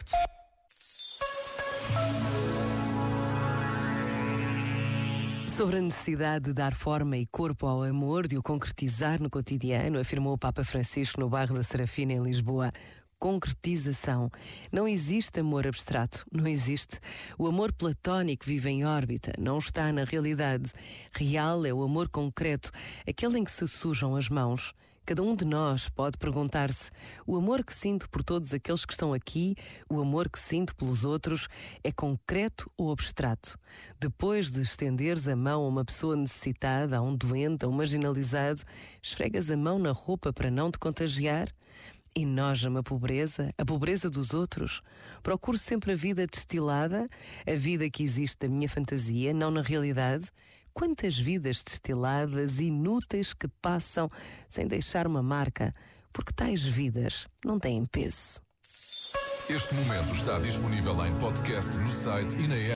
parte. Sobre a necessidade de dar forma e corpo ao amor, de o concretizar no cotidiano, afirmou o Papa Francisco no bairro da Serafina, em Lisboa. Concretização. Não existe amor abstrato, não existe. O amor platónico vive em órbita, não está na realidade. Real é o amor concreto, aquele em que se sujam as mãos. Cada um de nós pode perguntar-se: o amor que sinto por todos aqueles que estão aqui, o amor que sinto pelos outros, é concreto ou abstrato? Depois de estenderes a mão a uma pessoa necessitada, a um doente, a um marginalizado, esfregas a mão na roupa para não te contagiar? Enoja-me a pobreza dos outros. Procuro sempre a vida destilada, a vida que existe na minha fantasia, não na realidade. Quantas vidas destiladas, inúteis, que passam sem deixar uma marca, porque tais vidas não têm peso. Este momento está disponível em podcast no site e na app.